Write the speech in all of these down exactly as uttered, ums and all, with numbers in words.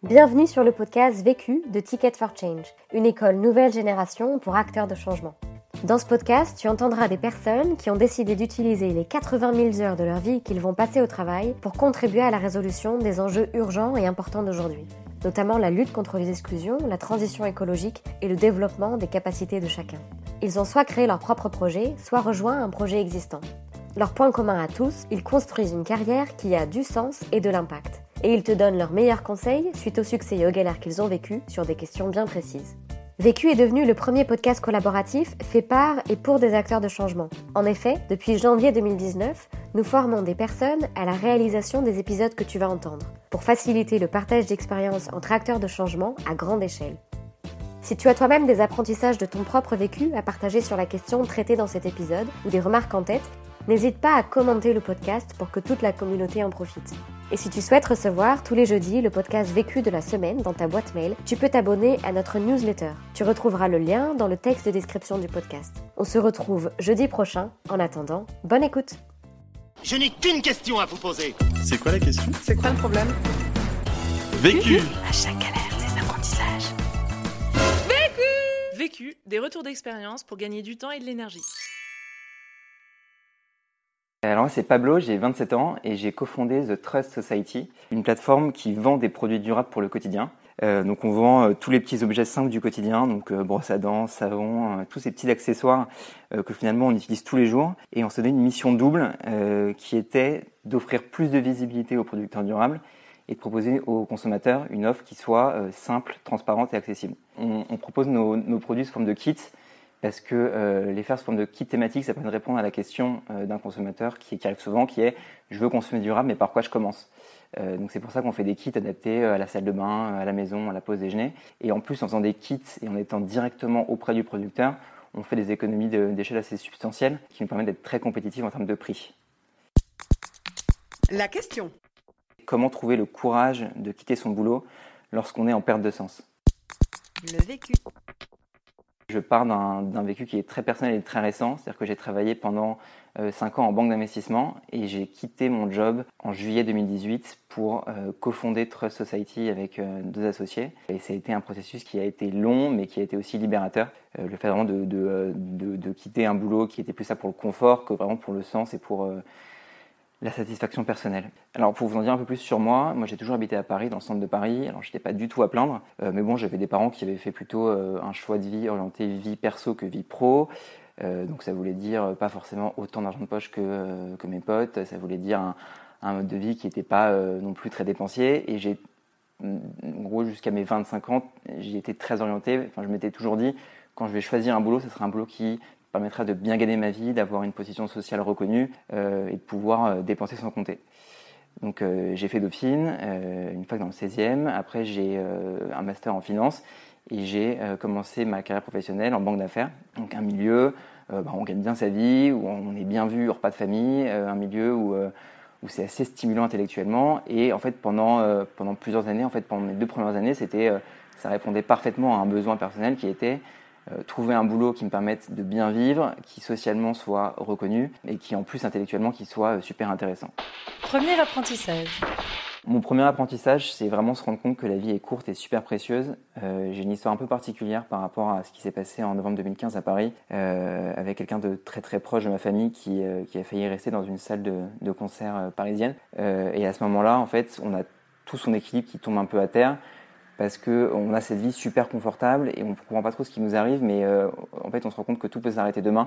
Bienvenue sur le podcast Vécu de Ticket for Change, une école nouvelle génération pour acteurs de changement. Dans ce podcast, tu entendras des personnes qui ont décidé d'utiliser les quatre-vingt mille heures de leur vie qu'ils vont passer au travail pour contribuer à la résolution des enjeux urgents et importants d'aujourd'hui, notamment la lutte contre les exclusions, la transition écologique et le développement des capacités de chacun. Ils ont soit créé leur propre projet, soit rejoint un projet existant. Leur point commun à tous, ils construisent une carrière qui a du sens et de l'impact. Et ils te donnent leurs meilleurs conseils suite au succès et aux galères qu'ils ont vécues sur des questions bien précises. Vécu est devenu le premier podcast collaboratif fait par et pour des acteurs de changement. En effet, depuis janvier deux mille dix-neuf, nous formons des personnes à la réalisation des épisodes que tu vas entendre, pour faciliter le partage d'expériences entre acteurs de changement à grande échelle. Si tu as toi-même des apprentissages de ton propre vécu à partager sur la question traitée dans cet épisode ou des remarques en tête, n'hésite pas à commenter le podcast pour que toute la communauté en profite. Et si tu souhaites recevoir tous les jeudis le podcast Vécu de la semaine dans ta boîte mail, tu peux t'abonner à notre newsletter. Tu retrouveras le lien dans le texte de description du podcast. On se retrouve jeudi prochain. En attendant, bonne écoute. Je n'ai qu'une question à vous poser. C'est quoi la question ? C'est quoi le problème ? Vécu. À chaque galère, des apprentissages. Vécu Vécu, des retours d'expérience pour gagner du temps et de l'énergie. Alors moi c'est Pablo, j'ai vingt-sept ans et j'ai cofondé The Trust Society, une plateforme qui vend des produits durables pour le quotidien. Euh, donc on vend euh, tous les petits objets simples du quotidien, donc euh, brosse à dents, savon, euh, tous ces petits accessoires euh, que finalement on utilise tous les jours. Et on se donne une mission double euh, qui était d'offrir plus de visibilité aux producteurs durables et de proposer aux consommateurs une offre qui soit euh, simple, transparente et accessible. On, on propose nos, nos produits sous forme de kits, parce que euh, les faire sous forme de kit thématique, ça permet de répondre à la question euh, d'un consommateur qui, qui arrive souvent, qui est « je veux consommer durable, mais par quoi je commence ?» euh, Donc c'est pour ça qu'on fait des kits adaptés à la salle de bain, à la maison, à la pause déjeuner. Et en plus, en faisant des kits et en étant directement auprès du producteur, on fait des économies de, d'échelle assez substantielles qui nous permettent d'être très compétitifs en termes de prix. La question. Comment trouver le courage de quitter son boulot lorsqu'on est en perte de sens ? Le vécu. Je pars d'un, d'un vécu qui est très personnel et très récent, c'est-à-dire que j'ai travaillé pendant euh, cinq ans en banque d'investissement et j'ai quitté mon job en juillet deux mille dix-huit pour euh, cofonder Trust Society avec euh, deux associés. Et ça a été un processus qui a été long mais qui a été aussi libérateur. Euh, le fait vraiment de, de, de, de quitter un boulot qui était plus ça pour le confort que vraiment pour le sens et pour euh, la satisfaction personnelle. Alors pour vous en dire un peu plus sur moi, moi j'ai toujours habité à Paris, dans le centre de Paris, alors j'étais pas du tout à plaindre, euh, mais bon j'avais des parents qui avaient fait plutôt euh, un choix de vie orienté vie perso que vie pro, euh, donc ça voulait dire pas forcément autant d'argent de poche que, euh, que mes potes, ça voulait dire un, un mode de vie qui n'était pas euh, non plus très dépensier, et j'ai, en gros jusqu'à mes vingt-cinq ans, j'y étais très orienté, enfin je m'étais toujours dit, quand je vais choisir un boulot, ce sera un boulot qui permettra de bien gagner ma vie, d'avoir une position sociale reconnue euh, et de pouvoir euh, dépenser sans compter. Donc euh, j'ai fait Dauphine, euh, une fac dans le seizième, après j'ai euh, un master en finance et j'ai euh, commencé ma carrière professionnelle en banque d'affaires. Donc un milieu euh, bah, où on gagne bien sa vie, où on est bien vu, hors pas de famille, euh, un milieu où, euh, où c'est assez stimulant intellectuellement. Et en fait pendant, euh, pendant plusieurs années, en fait pendant mes deux premières années, c'était, euh, ça répondait parfaitement à un besoin personnel qui était Euh, trouver un boulot qui me permette de bien vivre, qui socialement soit reconnu et qui en plus intellectuellement qui soit euh, super intéressant. Premier apprentissage. Mon premier apprentissage, c'est vraiment se rendre compte que la vie est courte et super précieuse. Euh, j'ai une histoire un peu particulière par rapport à ce qui s'est passé en novembre deux mille quinze à Paris, euh, avec quelqu'un de très très proche de ma famille qui, euh, qui a failli rester dans une salle de, de concert euh, parisienne. Euh, et à ce moment-là, en fait, on a tout son équilibre qui tombe un peu à terre, parce qu'on a cette vie super confortable et on ne comprend pas trop ce qui nous arrive, mais euh, en fait on se rend compte que tout peut s'arrêter demain.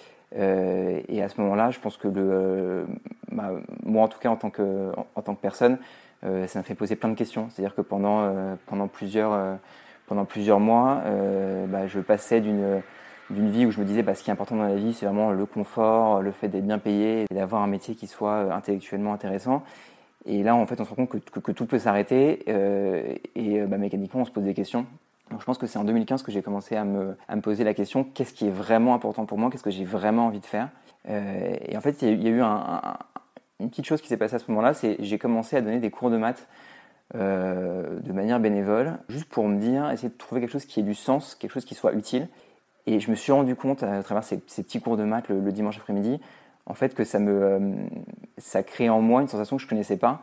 Euh, et à ce moment-là, je pense que le, euh, bah, moi en tout cas en tant que, en, en tant que personne, euh, ça m'a fait poser plein de questions. C'est-à-dire que pendant, euh, pendant, plusieurs, euh, pendant plusieurs mois, euh, bah, je passais d'une, d'une vie où je me disais bah, ce qui est important dans la vie, c'est vraiment le confort, le fait d'être bien payé et d'avoir un métier qui soit intellectuellement intéressant. Et là, en fait, on se rend compte que, que, que tout peut s'arrêter euh, et bah, mécaniquement, on se pose des questions. Donc, je pense que c'est en deux mille quinze que j'ai commencé à me, à me poser la question qu'est-ce qui est vraiment important pour moi, qu'est-ce que j'ai vraiment envie de faire. euh, Et en fait, il y a eu un, un, une petite chose qui s'est passée à ce moment-là, c'est j'ai commencé à donner des cours de maths euh, de manière bénévole, juste pour me dire, essayer de trouver quelque chose qui ait du sens, quelque chose qui soit utile. Et je me suis rendu compte à travers ces, ces petits cours de maths le, le dimanche après-midi, en fait, que ça me, euh, ça crée en moi une sensation que je connaissais pas,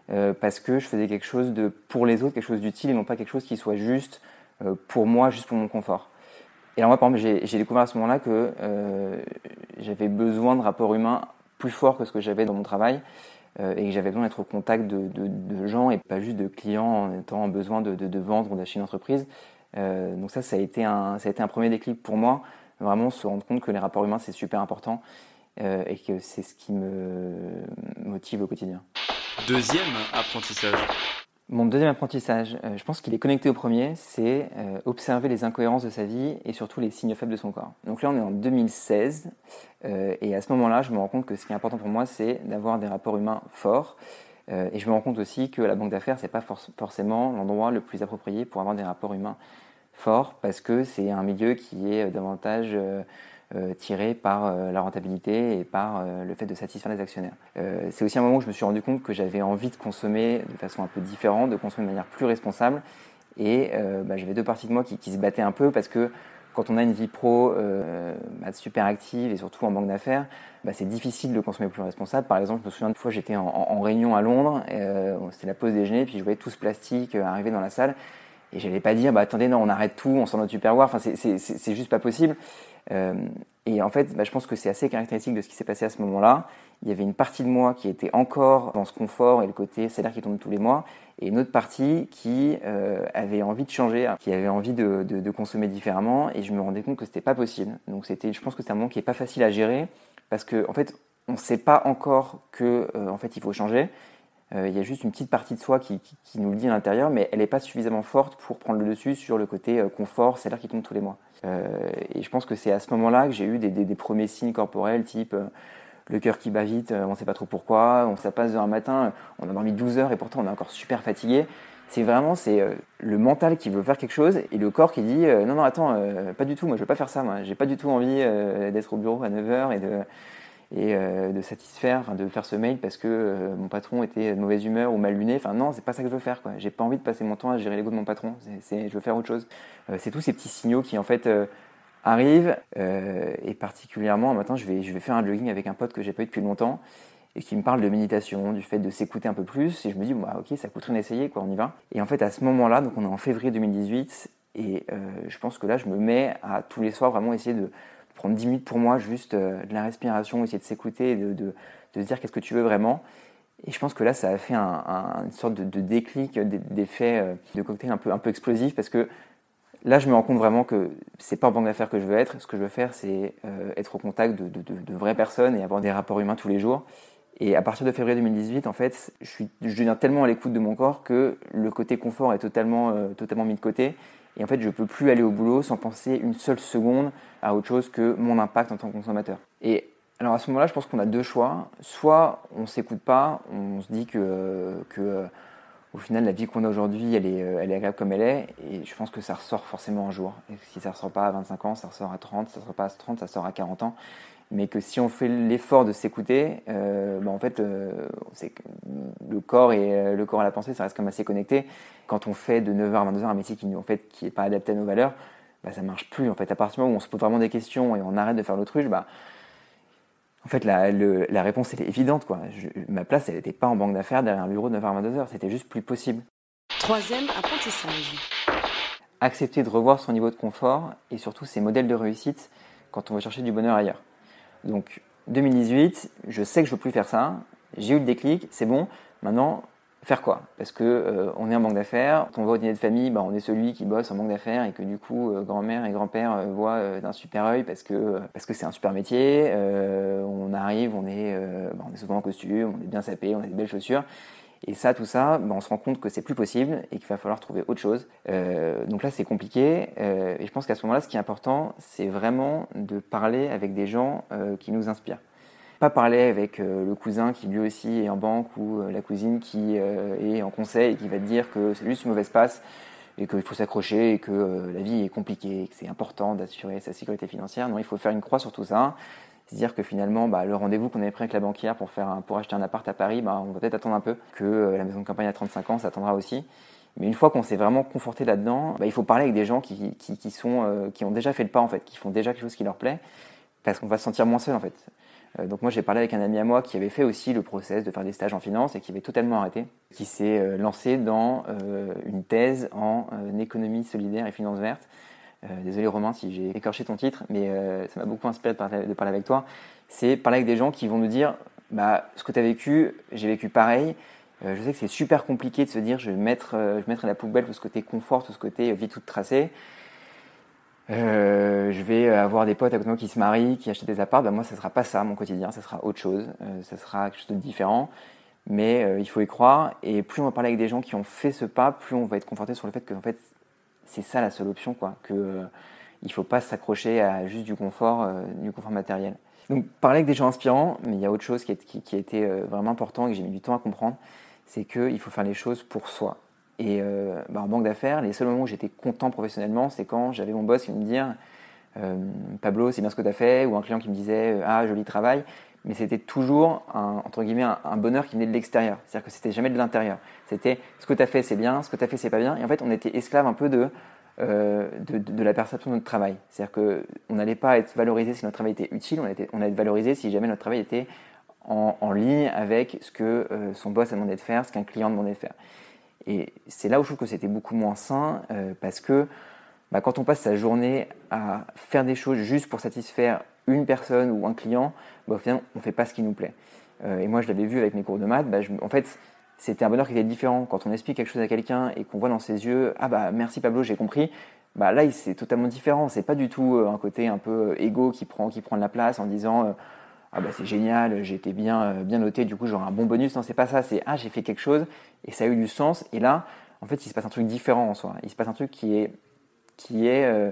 euh, parce que je faisais quelque chose de pour les autres, quelque chose d'utile et non pas quelque chose qui soit juste euh, pour moi, juste pour mon confort. Et alors moi, par exemple, j'ai, j'ai découvert à ce moment-là que euh, j'avais besoin de rapports humains plus forts que ce que j'avais dans mon travail euh, et que j'avais besoin d'être au contact de, de, de gens et pas juste de clients en étant en besoin de, de, de vendre ou d'acheter une entreprise. Euh, donc ça, ça a été un, ça a été un premier déclic pour moi, vraiment se rendre compte que les rapports humains, c'est super important euh, et que c'est ce qui me motive au quotidien. Deuxième apprentissage. Mon deuxième apprentissage, euh, je pense qu'il est connecté au premier, c'est euh, observer les incohérences de sa vie et surtout les signes faibles de son corps. Donc là, on est en deux mille seize euh, et à ce moment-là, je me rends compte que ce qui est important pour moi, c'est d'avoir des rapports humains forts. Euh, et je me rends compte aussi que la banque d'affaires, c'est pas for- forcément l'endroit le plus approprié pour avoir des rapports humains forts parce que c'est un milieu qui est davantage euh, euh, tiré par euh, la rentabilité et par euh, le fait de satisfaire les actionnaires. Euh, c'est aussi un moment où je me suis rendu compte que j'avais envie de consommer de façon un peu différente, de consommer de manière plus responsable et euh, bah, j'avais deux parties de moi qui, qui se battaient un peu parce que quand on a une vie pro euh, bah, super active et surtout en banque d'affaires, bah, c'est difficile de consommer plus responsable. Par exemple, je me souviens une fois, j'étais en, en, en réunion à Londres, euh, c'était la pause déjeuner, puis je voyais tout ce plastique euh, arriver dans la salle. Et j'allais pas dire, bah attendez, non, on arrête tout, on sort notre Tupperware. Enfin, c'est, c'est, c'est, c'est juste pas possible. Euh, et en fait, bah, je pense que c'est assez caractéristique de ce qui s'est passé à ce moment-là. Il y avait une partie de moi qui était encore dans ce confort et le côté salaire qui tombe tous les mois, et une autre partie qui euh, avait envie de changer, qui avait envie de, de, de consommer différemment. Et je me rendais compte que c'était pas possible. Donc c'était, je pense que c'est un moment qui est pas facile à gérer parce que en fait, on sait pas encore que euh, en fait, il faut changer. Euh, il y a juste une petite partie de soi qui, qui, qui nous le dit à l'intérieur, mais elle n'est pas suffisamment forte pour prendre le dessus sur le côté euh, confort, salaire qui tombe tous les mois. Euh, et je pense que c'est à ce moment-là que j'ai eu des, des, des premiers signes corporels, type euh, le cœur qui bat vite, euh, on ne sait pas trop pourquoi, on ça passe d'un matin, on a dormi douze heures et pourtant on est encore super fatigué. C'est vraiment c'est, euh, le mental qui veut faire quelque chose et le corps qui dit euh, non, non, attends, euh, pas du tout, moi je ne veux pas faire ça, moi. J'ai pas du tout envie euh, d'être au bureau à neuf heures et de... et euh, de satisfaire, enfin, de faire ce mail parce que euh, mon patron était de mauvaise humeur ou mal luné. Enfin non, c'est pas ça que je veux faire, quoi. J'ai pas envie de passer mon temps à gérer l'ego de mon patron. C'est, c'est, je veux faire autre chose. Euh, c'est tous ces petits signaux qui en fait euh, arrivent euh, et particulièrement un matin, je vais je vais faire un jogging avec un pote que j'ai pas eu depuis longtemps et qui me parle de méditation, du fait de s'écouter un peu plus. Et je me dis bon, bah ok, ça coûte rien d'essayer, quoi, on y va. Et en fait à ce moment-là, donc on est en février deux mille dix-huit et euh, je pense que là je me mets à tous les soirs vraiment essayer de prendre dix minutes pour moi, juste euh, de la respiration, essayer de s'écouter, de, de, de se dire qu'est-ce que tu veux vraiment. Et je pense que là, ça a fait un, un, une sorte de, de déclic, d'effet euh, de cocktail un peu, un peu explosif, parce que là, je me rends compte vraiment que c'est pas en banque d'affaires que je veux être. Ce que je veux faire, c'est euh, être au contact de, de, de, de vraies personnes et avoir des rapports humains tous les jours. Et à partir de février deux mille dix-huit, en fait, je, suis, je deviens tellement à l'écoute de mon corps que le côté confort est totalement, euh, totalement mis de côté. Et en fait, je ne peux plus aller au boulot sans penser une seule seconde à autre chose que mon impact en tant que consommateur. Et alors à ce moment-là, je pense qu'on a deux choix. Soit on ne s'écoute pas, on se dit que, que euh, au final, la vie qu'on a aujourd'hui, elle est, elle est agréable comme elle est. Et je pense que ça ressort forcément un jour. Et si ça ne ressort pas à vingt-cinq ans, ça ressort à trente, ça ne ressort pas à trente, ça sort à quarante ans. Mais que si on fait l'effort de s'écouter, euh, bah en fait, euh, c'est que le corps et euh, le corps et la pensée, ça reste comme assez connecté. Quand on fait de neuf heures à vingt-deux heures un métier qui en fait qui est pas adapté à nos valeurs, bah ça marche plus. En fait, à partir du moment où on se pose vraiment des questions et on arrête de faire l'autruche, bah en fait la, le, la réponse elle est évidente, quoi. Je, ma place, elle n'était pas en banque d'affaires derrière un bureau de neuf heures à vingt-deux heures, c'était juste plus possible. Troisième apprentissage. Accepter de revoir son niveau de confort et surtout ses modèles de réussite quand on veut chercher du bonheur ailleurs. Donc deux mille dix-huit, je sais que je ne veux plus faire ça, j'ai eu le déclic, c'est bon, maintenant faire quoi? Parce que euh, on est en banque d'affaires, quand on va au dîner de famille, bah, on est celui qui bosse en banque d'affaires et que du coup euh, grand-mère et grand-père euh, voient euh, d'un super œil parce que, euh, parce que c'est un super métier, euh, on arrive, on est, euh, bah, on est souvent en costume, on est bien sapé, on a des belles chaussures. Et ça, tout ça, ben, on se rend compte que c'est plus possible et qu'il va falloir trouver autre chose. Euh, donc là, c'est compliqué. Euh, et je pense qu'à ce moment-là, ce qui est important, c'est vraiment de parler avec des gens euh, qui nous inspirent. Pas parler avec euh, le cousin qui lui aussi est en banque ou euh, la cousine qui euh, est en conseil et qui va te dire que c'est juste une mauvaise passe et qu'il faut s'accrocher et que euh, la vie est compliquée et que c'est important d'assurer sa sécurité financière. Non, il faut faire une croix sur tout ça. Se dire que finalement, bah, le rendez-vous qu'on avait pris avec la banquière pour, faire un, pour acheter un appart à Paris, bah, on va peut-être attendre un peu, que euh, la maison de campagne à trente-cinq ans, ça attendra aussi. Mais une fois qu'on s'est vraiment conforté là-dedans, bah, il faut parler avec des gens qui, qui, qui, sont, euh, qui ont déjà fait le pas, en fait, qui font déjà quelque chose qui leur plaît, parce qu'on va se sentir moins seul, en fait. Euh, donc moi j'ai parlé avec un ami à moi qui avait fait aussi le process de faire des stages en finance et qui avait totalement arrêté, qui s'est euh, lancé dans euh, une thèse en euh, économie solidaire et finance verte. Euh, désolé Romain si j'ai écorché ton titre, mais euh, ça m'a beaucoup inspiré de parler, de parler avec toi. C'est parler avec des gens qui vont nous dire bah, ce que tu as vécu, j'ai vécu pareil. Euh, je sais que c'est super compliqué de se dire je vais mettre, euh, je vais mettre à la poubelle tout ce côté confort, tout ce côté vie toute tracée. Euh, je vais avoir des potes à côté de moi qui se marient, qui achètent des apparts. Ben moi, ça sera pas ça mon quotidien, ça sera autre chose, euh, ça sera quelque chose de différent. Mais euh, il faut y croire. Et plus on va parler avec des gens qui ont fait ce pas, plus on va être conforté sur le fait que en fait, c'est ça la seule option, quoi. Que euh, il faut pas s'accrocher à juste du confort, euh, du confort matériel. Donc parler avec des gens inspirants, mais il y a autre chose qui, est, qui, qui a été euh, vraiment important et que j'ai mis du temps à comprendre, c'est qu'il faut faire les choses pour soi. Et euh, bah en banque d'affaires, les seuls moments où j'étais content professionnellement, c'est quand j'avais mon boss qui me disait euh, « Pablo, c'est bien ce que tu as fait » ou un client qui me disait « Ah, joli travail ». Mais c'était toujours, un, entre guillemets, un, un bonheur qui venait de l'extérieur. C'est-à-dire que c'était jamais de l'intérieur. C'était « ce que tu as fait, c'est bien, ce que tu as fait, c'est pas bien ». Et en fait, on était esclave un peu de, euh, de, de, de la perception de notre travail. C'est-à-dire qu'on n'allait pas être valorisé si notre travail était utile, on allait, on allait être valorisé si jamais notre travail était en, en ligne avec ce que euh, son boss a demandé de faire, ce qu'un client demandait de faire. Et c'est là où je trouve que c'était beaucoup moins sain euh, parce que bah, quand on passe sa journée à faire des choses juste pour satisfaire une personne ou un client, bah, au final, on ne fait pas ce qui nous plaît. Euh, et moi, je l'avais vu avec mes cours de maths, bah, je, en fait, c'était un bonheur qui était différent. Quand on explique quelque chose à quelqu'un et qu'on voit dans ses yeux « Ah bah merci Pablo, j'ai compris », bah, là, c'est totalement différent. C'est pas du tout euh, un côté un peu égo qui prend, qui prend de la place en disant euh, « Ah bah c'est génial, j'ai été bien, euh, bien noté, du coup j'aurai un bon bonus ». Non, c'est pas ça, c'est « Ah, j'ai fait quelque chose et ça a eu du sens ». Et là, en fait, il se passe un truc différent en soi. Il se passe un truc qui est, qui est, euh,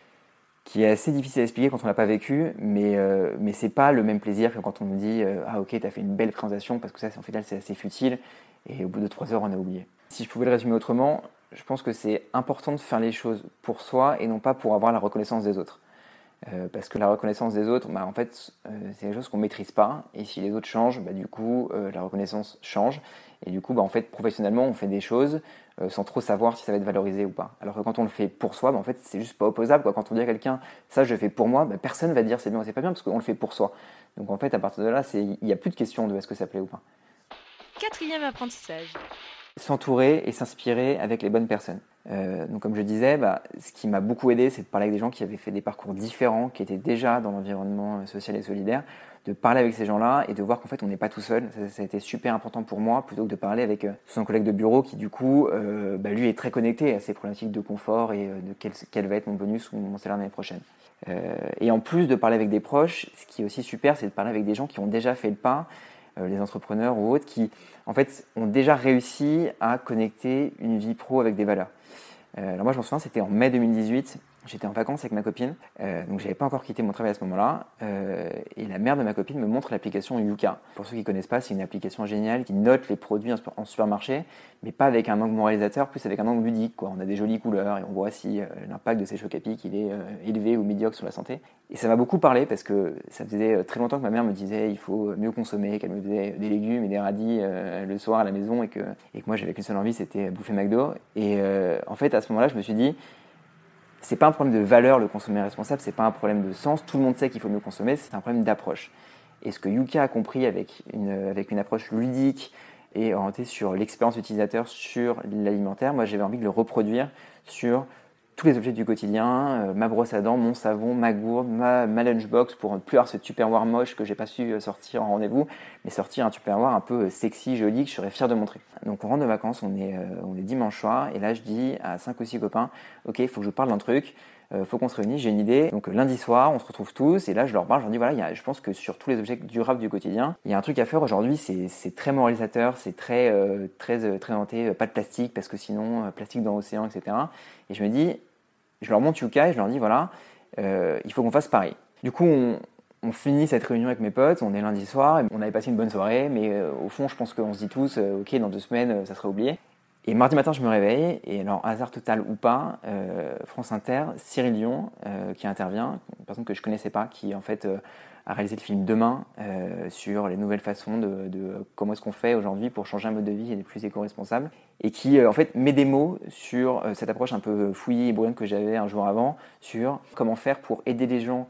qui est assez difficile à expliquer quand on l'a pas vécu, mais, euh, mais c'est pas le même plaisir que quand on nous dit euh, « Ah ok, t'as fait une belle présentation », parce que ça, en fait, c'est assez futile et au bout de trois heures, on a oublié. Si je pouvais le résumer autrement, je pense que c'est important de faire les choses pour soi et non pas pour avoir la reconnaissance des autres. Euh, parce que la reconnaissance des autres, bah, en fait, euh, c'est quelque chose qu'on ne maîtrise pas. Et si les autres changent, bah, du coup, euh, la reconnaissance change. Et du coup, bah, en fait, professionnellement, on fait des choses euh, sans trop savoir si ça va être valorisé ou pas. Alors que quand on le fait pour soi, bah, en fait, c'est juste pas opposable, quoi. Quand on dit à quelqu'un, ça, je le fais pour moi, bah, personne va dire c'est bien ou c'est pas bien parce qu'on le fait pour soi. Donc en fait, à partir de là, il n'y a plus de question de est-ce que ça plaît ou pas. Quatrième apprentissage. S'entourer et s'inspirer avec les bonnes personnes. Euh, donc comme je disais, bah, ce qui m'a beaucoup aidé, c'est de parler avec des gens qui avaient fait des parcours différents, qui étaient déjà dans l'environnement social et solidaire, de parler avec ces gens-là et de voir qu'en fait on n'est pas tout seul. Ça, ça a été super important pour moi, plutôt que de parler avec euh, son collègue de bureau qui du coup, euh, bah, lui est très connecté à ces problématiques de confort et euh, de quel, quel va être mon bonus ou mon salaire l'année prochaine. Euh, et en plus de parler avec des proches, ce qui est aussi super, c'est de parler avec des gens qui ont déjà fait le pas, euh, les entrepreneurs ou autres, qui en fait ont déjà réussi à connecter une vie pro avec des valeurs. Euh, alors moi je m'en souviens, c'était en mai deux mille dix-huit, j'étais en vacances avec ma copine, euh, donc j'avais pas encore quitté mon travail à ce moment-là, euh, et la mère de ma copine me montre l'application Yuka. Pour ceux qui connaissent pas, c'est une application géniale qui note les produits en supermarché, mais pas avec un angle moralisateur, plus avec un angle ludique, quoi. On a des jolies couleurs et on voit si euh, l'impact de ces chocs à pic il est euh, élevé ou médiocre sur la santé. Et ça m'a beaucoup parlé parce que ça faisait très longtemps que ma mère me disait il faut mieux consommer, qu'elle me faisait des légumes et des radis euh, le soir à la maison et que, et que moi j'avais qu'une seule envie, c'était bouffer McDo. Et euh, en fait à ce moment-là je me suis dit c'est pas un problème de valeur le consommer responsable, c'est pas un problème de sens, tout le monde sait qu'il faut mieux consommer, c'est un problème d'approche. Et ce que Yuka a compris avec une, avec une approche ludique et orientée sur l'expérience utilisateur, sur l'alimentaire, moi j'avais envie de le reproduire sur tous les objets du quotidien, euh, ma brosse à dents, mon savon, ma gourde, ma, ma lunchbox, pour ne plus avoir ce tupperware moche que j'ai pas su sortir en rendez-vous, mais sortir un tupperware un peu sexy, joli, que je serais fier de montrer. Donc on rentre de vacances, on est, euh, on est dimanche soir, et là je dis à cinq ou six copains, ok, il faut que je parle d'un truc, euh, faut qu'on se réunisse, j'ai une idée. Donc lundi soir, on se retrouve tous, et là je leur parle, je leur dis voilà, y a, je pense que sur tous les objets durables du quotidien, il y a un truc à faire aujourd'hui, c'est, c'est très moralisateur, c'est très, euh, très, euh, très orienté, euh, pas de plastique, parce que sinon, euh, plastique dans l'océan, et cetera. Et je me dis, je leur montre Yuka et je leur dis voilà, euh, il faut qu'on fasse pareil. Du coup, on, on finit cette réunion avec mes potes, on est lundi soir, on avait passé une bonne soirée, mais euh, au fond, je pense qu'on se dit tous, euh, ok, dans deux semaines, euh, ça sera oublié. Et mardi matin, je me réveille, et alors, hasard total ou pas, euh, France Inter, Cyril Dion, euh, qui intervient, une personne que je connaissais pas, qui en fait euh, a réalisé le film Demain euh, sur les nouvelles façons de, de comment est-ce qu'on fait aujourd'hui pour changer un mode de vie et être plus éco-responsable, et qui euh, en fait met des mots sur euh, cette approche un peu fouillée et brune que j'avais un jour avant, sur comment faire pour aider les gens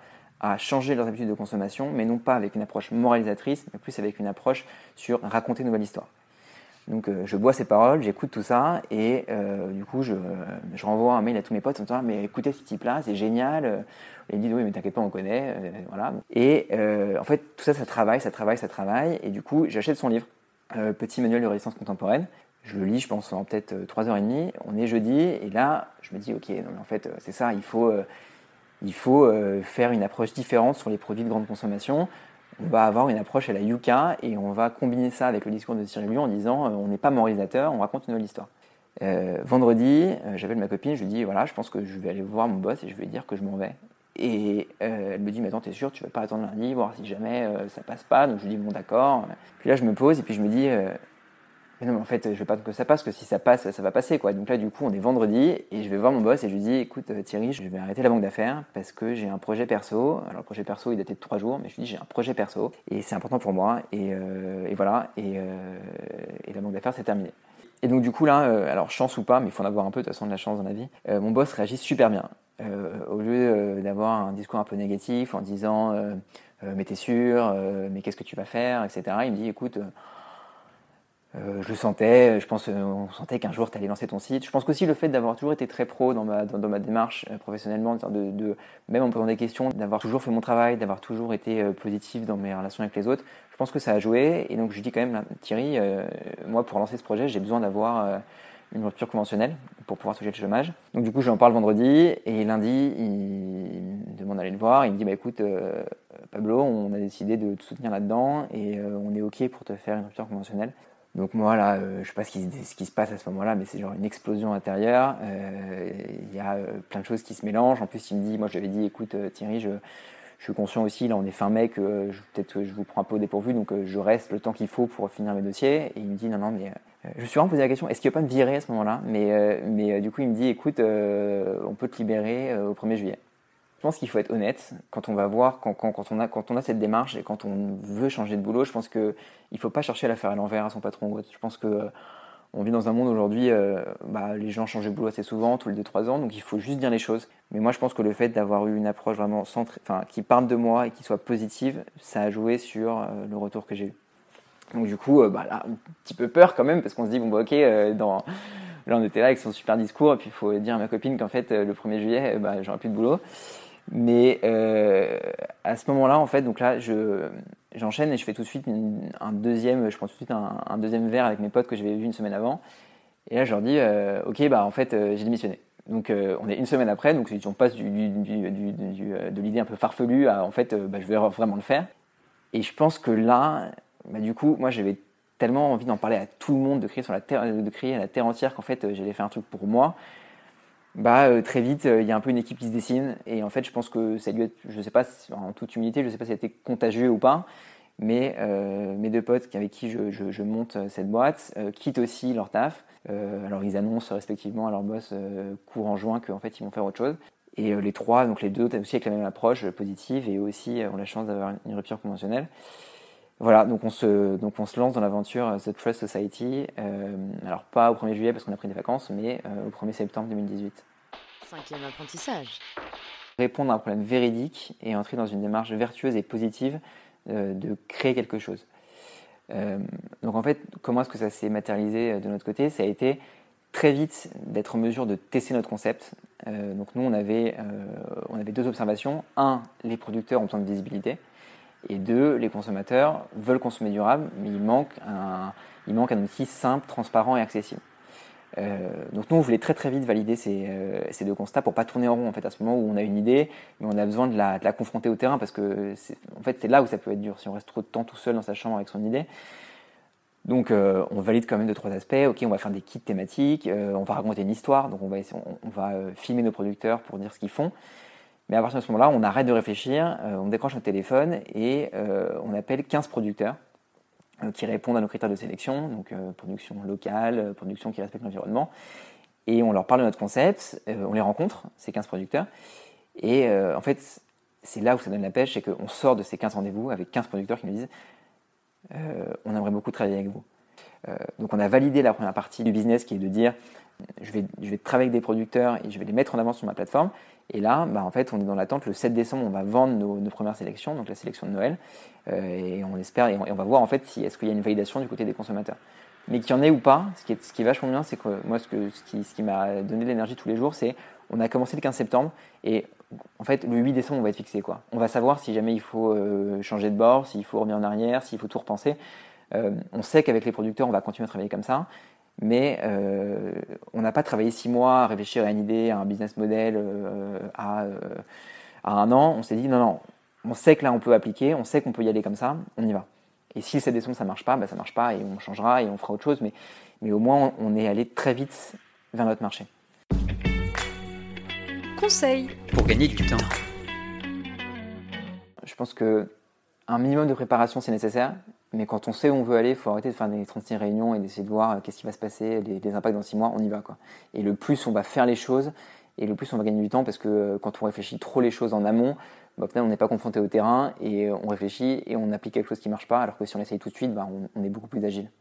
à changer leurs habitudes de consommation, mais non pas avec une approche moralisatrice, mais plus avec une approche sur raconter une nouvelle histoire. Donc euh, je bois ces paroles, j'écoute tout ça, et euh, du coup je, je renvoie un mail à tous mes potes en disant « mais écoutez ce type-là, c'est génial ». Et ils me disent « oui, mais t'inquiète pas, on connaît euh, ». Voilà. Et euh, en fait, tout ça, ça travaille, ça travaille, ça travaille, et du coup, j'achète son livre, euh, Petit manuel de résistance contemporaine. Je le lis, je pense, en peut-être trois heures trente. On est jeudi, et là, je me dis « ok, non, mais en fait, c'est ça, il faut, euh, il faut euh, faire une approche différente sur les produits de grande consommation ». On va avoir une approche à la Yuka et on va combiner ça avec le discours de Cyril Liu en disant euh, on n'est pas moralisateur, on raconte une nouvelle histoire. Euh, vendredi, euh, j'appelle ma copine, je lui dis voilà, je pense que je vais aller voir mon boss et je vais lui dire que je m'en vais. Et euh, elle me dit mais attends, t'es sûr, tu vas pas attendre lundi, voir si jamais euh, ça passe pas. Donc je lui dis bon d'accord. Puis là je me pose et puis je me dis euh, mais non mais en fait je veux pas que ça passe, parce que si ça passe, ça va passer quoi. Donc là du coup on est vendredi et je vais voir mon boss et je lui dis écoute Thierry, je vais arrêter la banque d'affaires parce que j'ai un projet perso. Alors le projet perso il datait de trois jours, mais je lui dis j'ai un projet perso et c'est important pour moi et, euh, et voilà et, euh, et la banque d'affaires c'est terminé. Et donc du coup là, euh, alors chance ou pas, mais il faut en avoir un peu de toute façon de la chance dans la vie, euh, mon boss réagit super bien. Euh, au lieu euh, d'avoir un discours un peu négatif en disant euh, euh, mais t'es sûr, euh, mais qu'est-ce que tu vas faire, et cetera. Il me dit écoute, euh, Euh, je le sentais, je pense, euh, on sentait qu'un jour tu allais lancer ton site. Je pense qu'aussi le fait d'avoir toujours été très pro dans ma, dans, dans ma démarche euh, professionnellement, de, de, même en me posant des questions, d'avoir toujours fait mon travail, d'avoir toujours été euh, positif dans mes relations avec les autres, je pense que ça a joué. Et donc je dis quand même, là, Thierry, euh, moi pour lancer ce projet, j'ai besoin d'avoir euh, une rupture conventionnelle pour pouvoir toucher le chômage. Donc du coup je lui en parle vendredi et lundi il me demande d'aller le voir. Il me dit bah écoute euh, Pablo, on a décidé de te soutenir là-dedans et euh, on est ok pour te faire une rupture conventionnelle. Donc moi là, euh, je sais pas ce qui, ce qui se passe à ce moment-là, mais c'est genre une explosion intérieure. Il euh, y a euh, plein de choses qui se mélangent. En plus, il me dit, moi je lui avais dit, écoute euh, Thierry, je, je suis conscient aussi, là on est fin mai, que euh, je, peut-être que je vous prends un peu au dépourvu, donc euh, je reste le temps qu'il faut pour finir mes dossiers. Et il me dit, non, non, mais euh, je me suis vraiment posé la question, est-ce qu'il ne va pas me virer à ce moment-là? Mais, euh, mais euh, du coup, il me dit, écoute, euh, on peut te libérer euh, au premier juillet. Je pense qu'il faut être honnête quand on va voir, quand, quand, quand, on a, quand on a cette démarche et quand on veut changer de boulot. Je pense qu'il ne faut pas chercher à la faire à l'envers à son patron ou autre. Je pense qu'on euh, vit dans un monde aujourd'hui, euh, bah, les gens changent de boulot assez souvent, tous les deux trois ans, donc il faut juste dire les choses. Mais moi je pense que le fait d'avoir eu une approche vraiment centrée, enfin, qui parle de moi et qui soit positive, ça a joué sur euh, le retour que j'ai eu. Donc du coup, euh, bah, là, un petit peu peur quand même, parce qu'on se dit, bon bah ok, euh, dans... là on était là avec son super discours, et puis il faut dire à ma copine qu'en fait euh, le premier juillet, euh, bah, j'aurai plus de boulot. Mais euh, à ce moment-là, en fait, donc là, je, j'enchaîne et je fais tout de suite une, un deuxième, je prends tout de suite un, un deuxième verre avec mes potes que j'avais vu une semaine avant. Et là, je leur dis, euh, ok, bah en fait, euh, j'ai démissionné. Donc, euh, on est une semaine après, donc on passe du, du, du, du, du, de l'idée un peu farfelue à, en fait, euh, bah, je vais vraiment le faire. Et je pense que là, bah, du coup, moi, j'avais tellement envie d'en parler à tout le monde, de crier sur la terre, de crier à la terre entière qu'en fait, euh, j'allais faire un truc pour moi. Bah euh, très vite, il euh, y a un peu une équipe qui se dessine et en fait, je pense que ça a dû être, je sais pas, en toute humilité, je sais pas si ça a été contagieux ou pas, mais euh, mes deux potes avec qui je, je, je monte cette boîte euh, quittent aussi leur taf. Euh, alors ils annoncent respectivement à leur boss euh, courant juin qu'en fait ils vont faire autre chose. Et euh, les trois, donc les deux, aussi avec la même approche positive et aussi euh, ont la chance d'avoir une, une rupture conventionnelle. Voilà, donc on se, donc on se lance dans l'aventure The Trust Society. Euh, alors pas au premier juillet parce qu'on a pris des vacances, mais euh, au premier septembre deux mille dix-huit. Cinquième apprentissage. Répondre à un problème véridique et entrer dans une démarche vertueuse et positive euh, de créer quelque chose. Euh, donc en fait, comment est-ce que ça s'est matérialisé de notre côté? Ça a été très vite d'être en mesure de tester notre concept. Euh, donc nous, on avait, euh, on avait deux observations. Un, les producteurs ont besoin de visibilité. Et deux, les consommateurs veulent consommer durable, mais il manque un, il manque un outil simple, transparent et accessible. Euh, donc nous, on voulait très très vite valider ces, euh, ces deux constats pour pas tourner en rond en fait à ce moment où on a une idée, mais on a besoin de la, de la confronter au terrain parce que c'est, en fait c'est là où ça peut être dur si on reste trop de temps tout seul dans sa chambre avec son idée. Donc euh, on valide quand même deux trois aspects. Ok, on va faire des kits thématiques, euh, on va raconter une histoire, donc on va on, on va euh, filmer nos producteurs pour dire ce qu'ils font. Mais à partir de ce moment-là, on arrête de réfléchir, euh, on décroche notre téléphone et euh, on appelle quinze producteurs euh, qui répondent à nos critères de sélection, donc euh, production locale, euh, production qui respecte l'environnement. Et on leur parle de notre concept, euh, on les rencontre, ces quinze producteurs. Et euh, en fait, c'est là où ça donne la pêche, c'est qu'on sort de ces quinze rendez-vous avec quinze producteurs qui nous disent euh, « on aimerait beaucoup travailler avec vous ». Euh, donc on a validé la première partie du business qui est de dire je vais, je vais travailler avec des producteurs et je vais les mettre en avant sur ma plateforme. Et là, bah, en fait, on est dans l'attente. Le sept décembre, on va vendre nos, nos premières sélections, donc la sélection de Noël. Euh, et on espère, et on, et on va voir en fait si est-ce qu'il y a une validation du côté des consommateurs. Mais qu'il y en ait ou pas, ce qui est, ce qui est vachement bien, c'est que moi, ce, que, ce, qui, ce qui m'a donné de l'énergie tous les jours, c'est on a commencé le quinze septembre et en fait, le huit décembre, on va être fixé, quoi. On va savoir si jamais il faut euh, changer de bord, s'il faut revenir en arrière, s'il faut tout repenser. Euh, on sait qu'avec les producteurs, on va continuer à travailler comme ça. Mais euh, on n'a pas travaillé six mois à réfléchir à une idée, à un business model, euh, à, euh, à un an. On s'est dit non, non, on sait que là on peut appliquer, on sait qu'on peut y aller comme ça, on y va. Et si le sept décembre ça ne marche pas, bah, ça ne marche pas et on changera et on fera autre chose. Mais, mais au moins on est allé très vite vers notre marché. Conseil Pour gagner du temps. Je pense qu'un minimum de préparation c'est nécessaire. Mais quand on sait où on veut aller, il faut arrêter de faire des trente-six réunions et d'essayer de voir qu'est-ce qui va se passer, les, les impacts dans six mois, on y va, quoi. Et le plus on va faire les choses, et le plus on va gagner du temps, parce que quand on réfléchit trop les choses en amont, bah, on n'est pas confronté au terrain, et on réfléchit et on applique quelque chose qui ne marche pas, alors que si on essaye tout de suite, bah, on, on est beaucoup plus agile.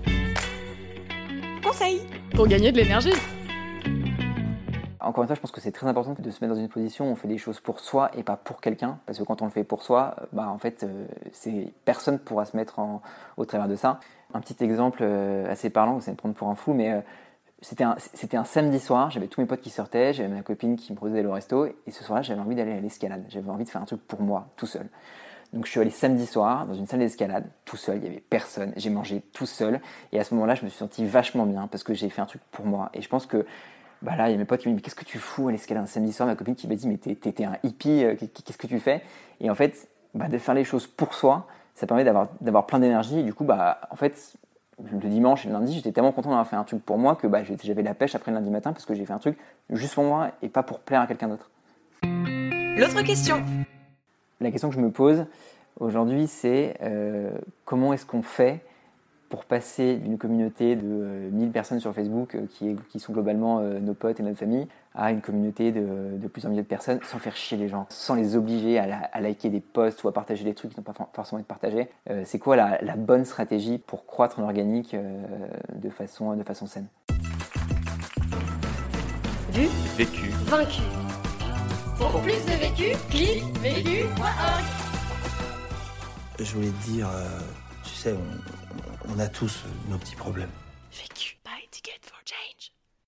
Conseil pour gagner de l'énergie. Encore une fois, je pense que c'est très important de se mettre dans une position où on fait des choses pour soi et pas pour quelqu'un, parce que quand on le fait pour soi, bah en fait, euh, c'est, personne ne pourra se mettre en, au travers de ça. Un petit exemple euh, assez parlant, vous allez me prendre pour un fou, mais euh, c'était, un, c'était un samedi soir, j'avais tous mes potes qui sortaient, j'avais ma copine qui me proposait d'aller au resto, et ce soir-là, j'avais envie d'aller à l'escalade, j'avais envie de faire un truc pour moi, tout seul. Donc je suis allé samedi soir dans une salle d'escalade, tout seul, il n'y avait personne, j'ai mangé tout seul, et à ce moment-là, je me suis senti vachement bien, parce que j'ai fait un truc pour moi, et je pense que bah là, il y a mes potes qui me disent mais qu'est-ce que tu fous à l'escalade un samedi soir, ma copine qui m'a dit mais t'es, t'es, t'es un hippie, qu'est-ce que tu fais? Et en fait, bah, de faire les choses pour soi, ça permet d'avoir, d'avoir plein d'énergie. Et du coup, bah, en fait, le dimanche et le lundi, j'étais tellement content d'avoir fait un truc pour moi que bah, j'avais la pêche après le lundi matin parce que j'ai fait un truc juste pour moi et pas pour plaire à quelqu'un d'autre. L'autre question. La question que je me pose aujourd'hui, c'est euh, comment est-ce qu'on fait pour passer d'une communauté de euh, mille personnes sur Facebook euh, qui, est, qui sont globalement euh, nos potes et notre famille à une communauté de, de plusieurs milliers de personnes sans faire chier les gens, sans les obliger à, la, à liker des posts ou à partager des trucs qui n'ont pas forcément été partagés. Euh, c'est quoi la, la bonne stratégie pour croître en organique euh, de, façon, de façon saine? Vu, vécu, vaincu. Pour plus de vécu, clique vécu point org. Je voulais te dire, euh, tu sais, on, on a tous nos petits problèmes. Vécu by Ticket for Change.